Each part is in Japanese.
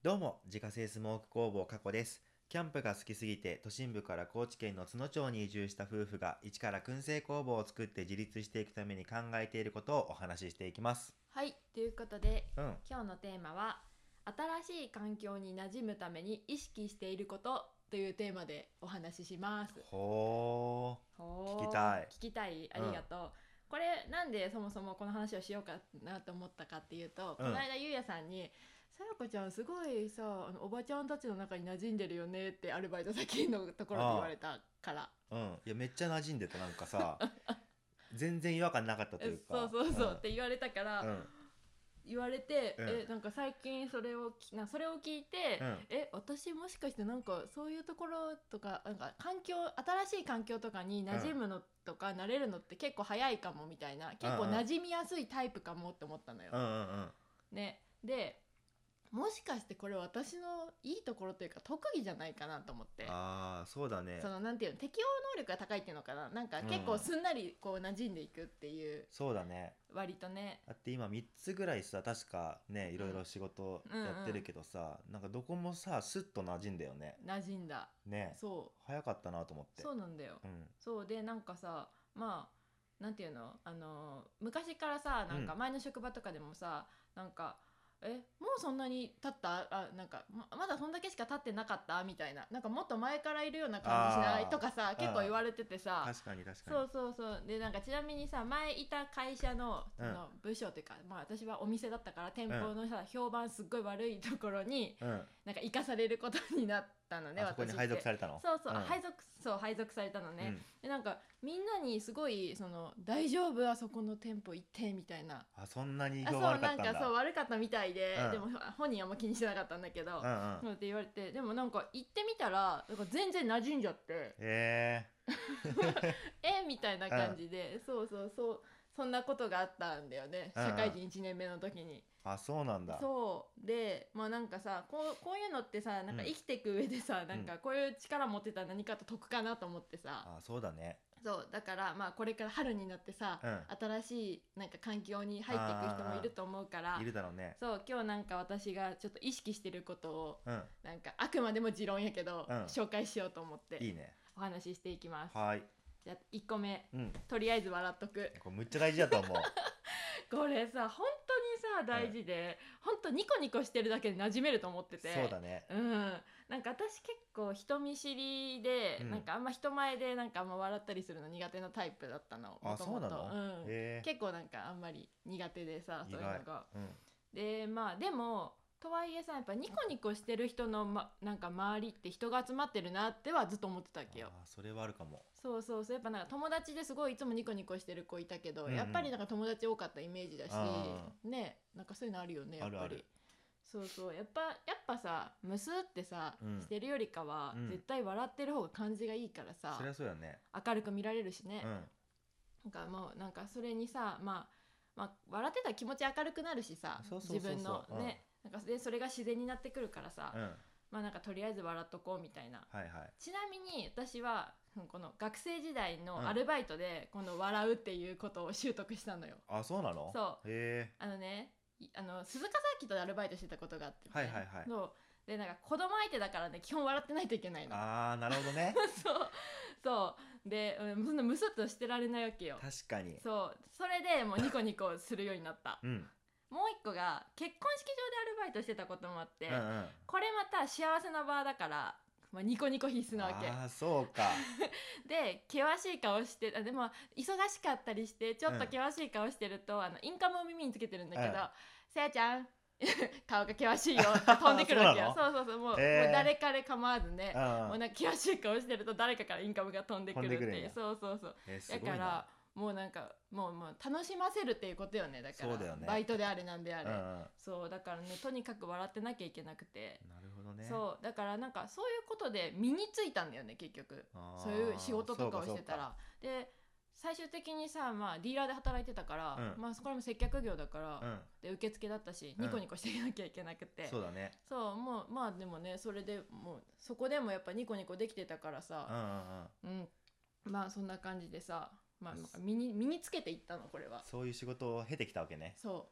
どうも、自家製スモーク工房加古です。キャンプが好きすぎて都心部から高知県の津野町に移住した夫婦が一から燻製工房を作って自立していくために考えていることをお話ししていきます。 はい、ということで、 うん。 今日のテーマは新しい環境に馴染むために意識していることというテーマでお話しします。 ほー、聞きほー、 たい。 聞きたい、あうん。 りがとう。これなんでそもそもこの話をしようかなと思ったかっていうと、 うん。 この間ゆうやさんにさやかちゃんすごいさ、おばちゃんたちの中に馴染んでるよねってアルバイト先のところで言わあれたから。 あ、うん。いや、めっちゃ馴染んでた。なんかさ、全然違和感なかったというそうか。 そうそうって言われたから、 うん。 言われて、 うん。 なんか最近それを聞いて、 うん。 私もしかしてなんかそういうところとか、なんか新しい環境とかにうん。 馴染むのとか慣れるのって結構早いかもみたいな、 うん。 結構馴染みやすいタイプかもって思ったのよ。 うん。うん。うん。 ね、でもしかしてこれ私のいいところというか特技じゃないかなと思って。 ああ、そうだね。 そのなんていうの、適応能力が高いっていうのかな、なんかうん。 結構すんなりこう馴染んでいくっていう。 そうだね。 割とね。 だって今3つぐらいさ、確かね、いろいろ仕事うんうんやってるけどさ、なんかどこもさスッと馴染んだよね。 馴染んだ。 ね。 そう早かったなと思って。 そうなんだよ。 うん。 そうで、なんかさ、まあなんていうの、昔からさ、なんうん。 か前の職場とかでもさ、なんかもうそんなに経った、なんかまだそんだけしか経ってなかったみたいな、なんかもっと前からいるような感じしないとあかさ、 あ、うん。 結構言われててさ。 確かに確かに。 そうそうそうで、なんかちなみにさ、前いた会社のうん。 その部署というか、まあ私はお店だったから、店うん。 舗のさ評判すっごい悪いところにうん。 なんか生かされることになったのね、 あそこに配属私って。 されたの？ そうそう、 うん。 配属されたのね。 うん。 でなんかみんなにすごいその大丈夫あそこの店舗行ってみたいな。 あ、そんなにあ、 評判悪かそう、なんかそうったんだ。 悪かったみたいで、でうん。 も本人はあんま気にしてなかったんだけど、 うんうん。 そうって言われて、でもなんか行ってみたらなんか全然馴染んじゃってえみたいなうん。 感じで、そうそうそう、そんなことがあったんだよね、 うんうん。 社会人1年目の時に。 あ、そうなんだ。 そうで、まあなんかさ、こういうのってさ、なんかうん。 生きていく上でさ、なうん。 んかこういう力持ってたら何かと得かなと思ってさ。 あ、そうだね。 そうだから、まあこれから春になってさ、 うん。 新しいなんか環境に入っていく人もいあると思うかあ、いら、 るだろうね。 そう今日なんか私がちょっと意識してることを、 うん。 なんかあくまでも持論やけどうん。 紹介しようと思っていいね。 お話ししていきます。 はーい。 じゃあ1個目、 うん。 とりあえず笑っとく。 これむっちゃ大事だと思これさ本当にさう。うん。 大事で、本当ニコニコしてるだけで馴染めると思ってて。 そうだね。 うん、なんか私結構人見知りで、なんうん。 かあんま人前でなんかあんま笑ったりするの苦手なタイプだったの、もあ、 ともと。 そうなの？へ結構なんかあんまり苦手でさ、 え、意外。 そういうのが。 うん。 でまあでもとはいえさ、やっぱニコニコしてる人の、なんか周りって人が集まってるなってはずっと思ってたわけよ。 ああ、それはあるかも。 そうそうそう、やっぱなんか友達ですごいいつもニコニコしてる子いたけど、 うんうん。 やっぱりなんか友達多かったイメージだし、 あね、なんかそういうのあるよね、 あ、 やっぱり。 あるある。 そうそう、やっぱさ、ムスってさうん。 してるよりかはうん。 絶対笑ってる方が感じがいいからそりさ、 ゃそうやね。 明るく見られるしね。 うん。 なんかもうなんかそれにさ、まあ笑ってたら気持ち明るくなるしさ、 そうそう自分そうそう。うん。 のね、なんかでそれが自然になってくるからさ、 うん。 まあなんかとりあえず笑っとこうみたいな。 はいはい。 ちなみに私はこの学生時代うん。 のアルバイトでこの笑うっていうことを習得したのよ。 あ、そうなの？ そう、 へえ。 あのね、鈴鹿サーキットでアルバイトしてたことがあってね。 はいはいはい。 そうで、なんか子供相手だからね、基本笑ってないといけないの。 ああ、なるほどね。 そうそうで、そんなムスッとしてられないわけよ。 確かに。 そうそれでもうニコニコするようになった。 うん。 もう一個が結婚式場でアルバイトしてたこともあって、 うんうん。 これまた幸せな場だから、まあ、ニコニコ必須なわけ。 ああ、そうか。 で険しい顔して、でも忙しかったりしてちょっとうん。 険しい顔してると、インカムを耳につけてるんだけどうん。 「さやちゃん顔が険しいよ」って飛んでくるわけよ。 そうなの？ そうそうそう、もうえ誰彼構わずね、 えー。うん。 もうなんか険しい顔してると誰かからインカムが飛んでく飛んでくるんや。 るっていう。そうそうそう。 すだごいな。 からもうなんかもう楽しませるっていうことよね。だからそうだよね。 バイトであれなんであれ、 うんうん。 そうだからね、とにかく笑ってなきゃいけなくて。 なるほどね。 そうだからなんかそういうことで身についたんだよね、結局。そういう仕ああ、 事とかをそうかそうか。 してたら。で最終的にさ、まあディーラーで働いてたから、 うん。 まあそこらも接客業だから、 うん。 で受付だったしうん。 ニコニコしていなきゃいけなくて。 そうだね。 そうもうまあでもね、それでもうそこでもやっぱニコニコできてたからさ。 うんうんうん。 うん、まあそんな感じでさ、まあなんかそ身につけていったの、これは。 そういう仕事を経てきたわけね。 そう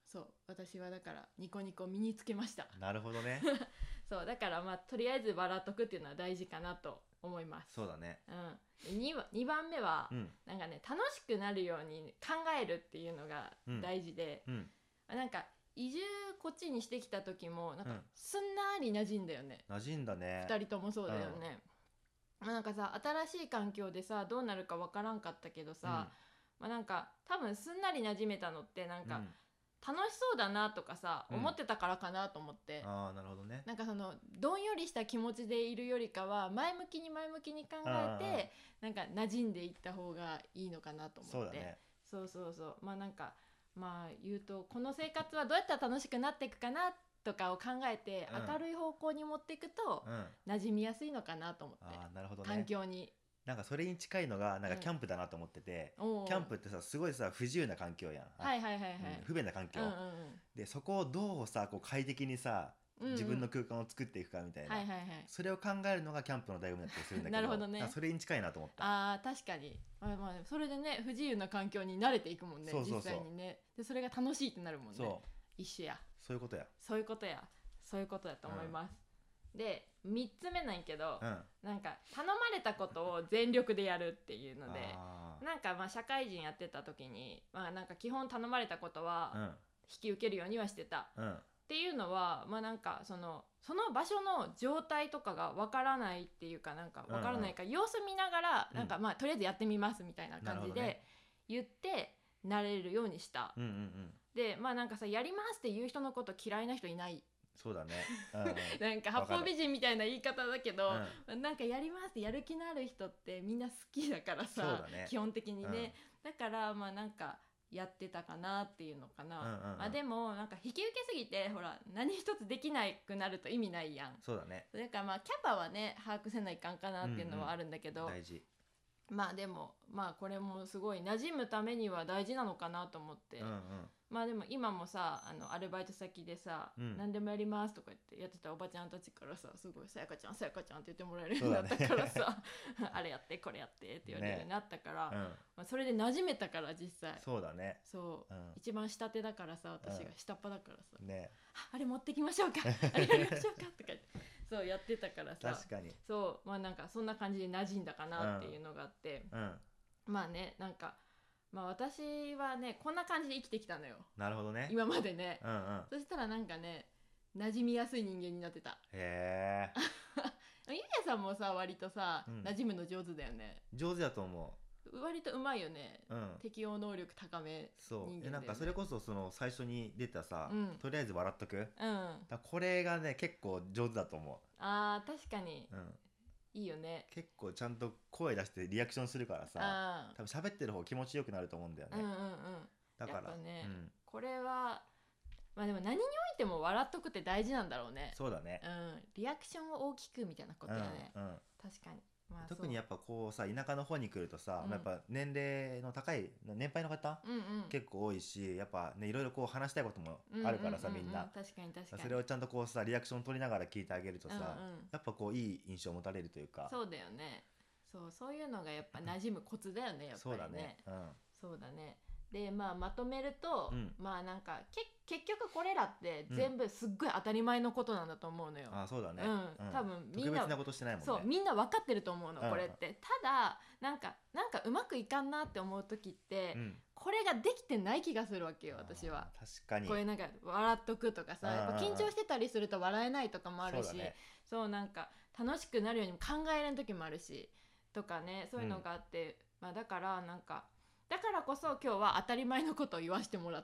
そう私はだからニコニコ身につけました。 なるほどね。 そうだからまあとりあえず笑っとくっていうのは大事かなと思います。 そうだね。 うん、2番目は、 うん。 なんかね楽しくなるように考えるっていうのが大事で、 うん。 なんか移住こっちにしてきた時もなんかうんすんなり馴染んだよね、 馴染んだね。 2人ともそうだよね。まあなんかさ新しい環境でさどうなるかわからんかったけどさ、まあなんか多分すんなり馴染めたのってなんか楽しそうだなとかさ、 うん思ってたからかなと思って、 ああ、なるほどね。 なんかそのどんよりした気持ちでいるよりかは前向きに前向きに考えてなんか馴染んでいった方がいいのかなと思って。 そうだね。 そうそうそう、まあなんかまあ言うとこの生活はどうやったら楽しくなっていくかなとかを考えてうん明るい方向に持っていくと馴染みやすいのかなと思って、 ああ、なるほどね。 環境に。 なんかそれに近いのがなんかキャンプだなと思ってて、 おうキャンプってさすごいさ不自由な環境やん。 はいはいはいはい、 不便な環境。 うんうんでそこをどうさこう快適にさうん自分の空間を作っていくかみたいな、 はいはいはい、 それを考えるのがキャンプの醍醐味だったりするんだけどなるほどね。 なんかそれに近いなと思った。 あー確かに、まあまあ、それでね不自由な環境に慣れていくもんね。 そうそうそう実際にねでそれが楽しいってなるもんね。 そう一緒や、 そういうことや。 そういうことや、そういうことだと思います。で3つ目なんやけど、なんか頼まれたことを全力でやるっていうので、なんかまあ社会人やってた時に、まあ、なんか基本頼まれたことは引き受けるようにはしてた、っていうのは、まあ、なんかその場所の状態とかがわからないっていうかなんかわからないから様子見ながらなんかまあとりあえずやってみますみたいな感じで言って慣れるようにした。でまあなんかさやりますって言う人のこと嫌いな人いない。 そうだね。 なんか八方美人みたいな言い方だけど、なんかやりますってやる気のある人ってみんな好きだからさ、基本的にね、だからまあなんかやってたかなっていうのかな。まあでもなんか引き受けすぎてほら何一つできなくなると意味ないやん。 そうだね。 だからまあキャパはね把握せないかんかなっていうのはあるんだけど、 大事。 まあでもまあこれもすごい馴染むためには大事なのかなと思って、まあでも今もさアルバイト先でさ、何でもやりますとか言ってやってたおばちゃんたちからさすごいさやかちゃんさやかちゃんって言ってもらえるようになったからさ、あれやってこれやってって言われるようになったから、まあ、それで馴染めたから実際。 そうだね。 そう、一番下手だからさ私が下っ端だからさ、 ね、 あれ持ってきましょうかあれやりましょうかとか言ってそうやってたからさ、 確かに。 そうまあなんかそんな感じで馴染んだかなっていうのがあって、まあねなんかまあ私はねこんな感じで生きてきたのよ。 なるほどね。 今までね、そしたらなんかね馴染みやすい人間になってた。 へえ。 ゆうやさんもさ割とさ、馴染むの上手だよね。 上手だと思う。 割とうまいよね、適応能力高め人間だよね。 そうなんかそれこそその最初に出たさ、とりあえず笑っとく、だこれがね結構上手だと思う。 あー確かに、いいよね。 結構ちゃんと声出してリアクションするからさ、多分喋ってる方気持ちよくなると思うんだよね。だからね、これはまあでも何においても笑っとくって大事なんだろうね。 そうだね。 リアクションを大きくみたいなことだね。確かに。まあ、 特にやっぱこうさ田舎の方に来るとさ、やっぱ年齢の高い年配の方、結構多いしやっぱねいろいろこう話したいこともあるからさ、みんな。 確かに確かに。 それをちゃんとこうさリアクション取りながら聞いてあげるとさ、やっぱこういい印象を持たれるというか。 そうだよね。そういうのがやっぱ馴染むコツだよねやっぱりね。そうだね。そうだね。でまあまとめると、まあなんか結局これらって全部すっごい当たり前のことなんだと思うのよ。 あそうだね。 多分みんな特別なことしてないもんね。 そうみんな分かってると思うの、これって。ただなんかうまくいかんなって思う時って、これができてない気がするわけよ私は。 確かに。 これなんか笑っとくとかさ、やっぱ緊張してたりすると笑えないとかもあるし、そうなんか楽しくなるようにも考えれん時もあるしとかね、そういうのがあって、まあだからなんかだからこそ今日は当たり前のことを言わせてもらった。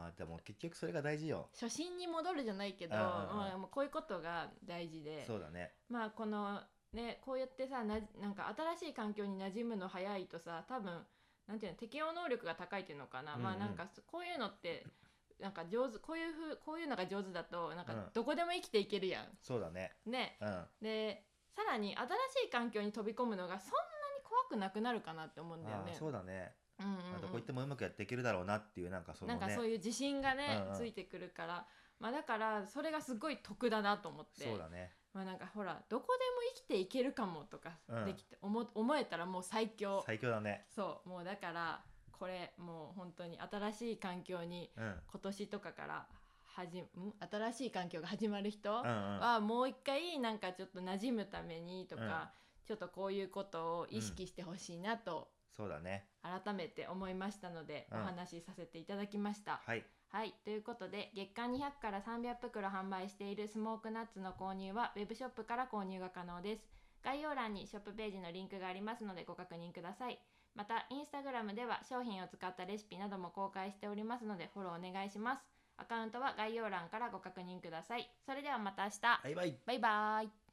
でも結局それが大事よ。 初心に戻るじゃないけど、まあ、こういうことが大事で。 そうだね。まあこのねこうやってさなんか新しい環境に馴染むの早いとさ多分なんていうの適応能力が高いっていうのかな、まあなんかこういうのってなんか上手こういうのが上手だとなんかどこでも生きていけるやん。 そうだね。 でさらに新しい環境に飛び込むのがそんなに怖くなくなるかなって思うんだよね。 そうだね。どこ行ってもうまくやっていけるだろうなっていうなんかそういう自信がね、ついてくるから、まあだからそれがすごい得だなと思って。 そうだね。 まあなんかほらどこでも生きていけるかもとかできて、思えたらもう最強。 最強だね。 そうもうだからこれもう本当に新しい環境に、今年とかから新しい環境が始まる人はもう一回なんかちょっと馴染むためにとか、ちょっとこういうことを意識してほしいなと、 そうだね、 改めて思いましたので、お話しさせていただきました。はい、ということで月間200から300袋販売しているスモークナッツの購入はウェブショップから購入が可能です。概要欄にショップページのリンクがありますのでご確認ください。またインスタグラムでは商品を使ったレシピなども公開しておりますのでフォローお願いします。アカウントは概要欄からご確認ください。それではまた明日。 バイバイ。 バイバイ。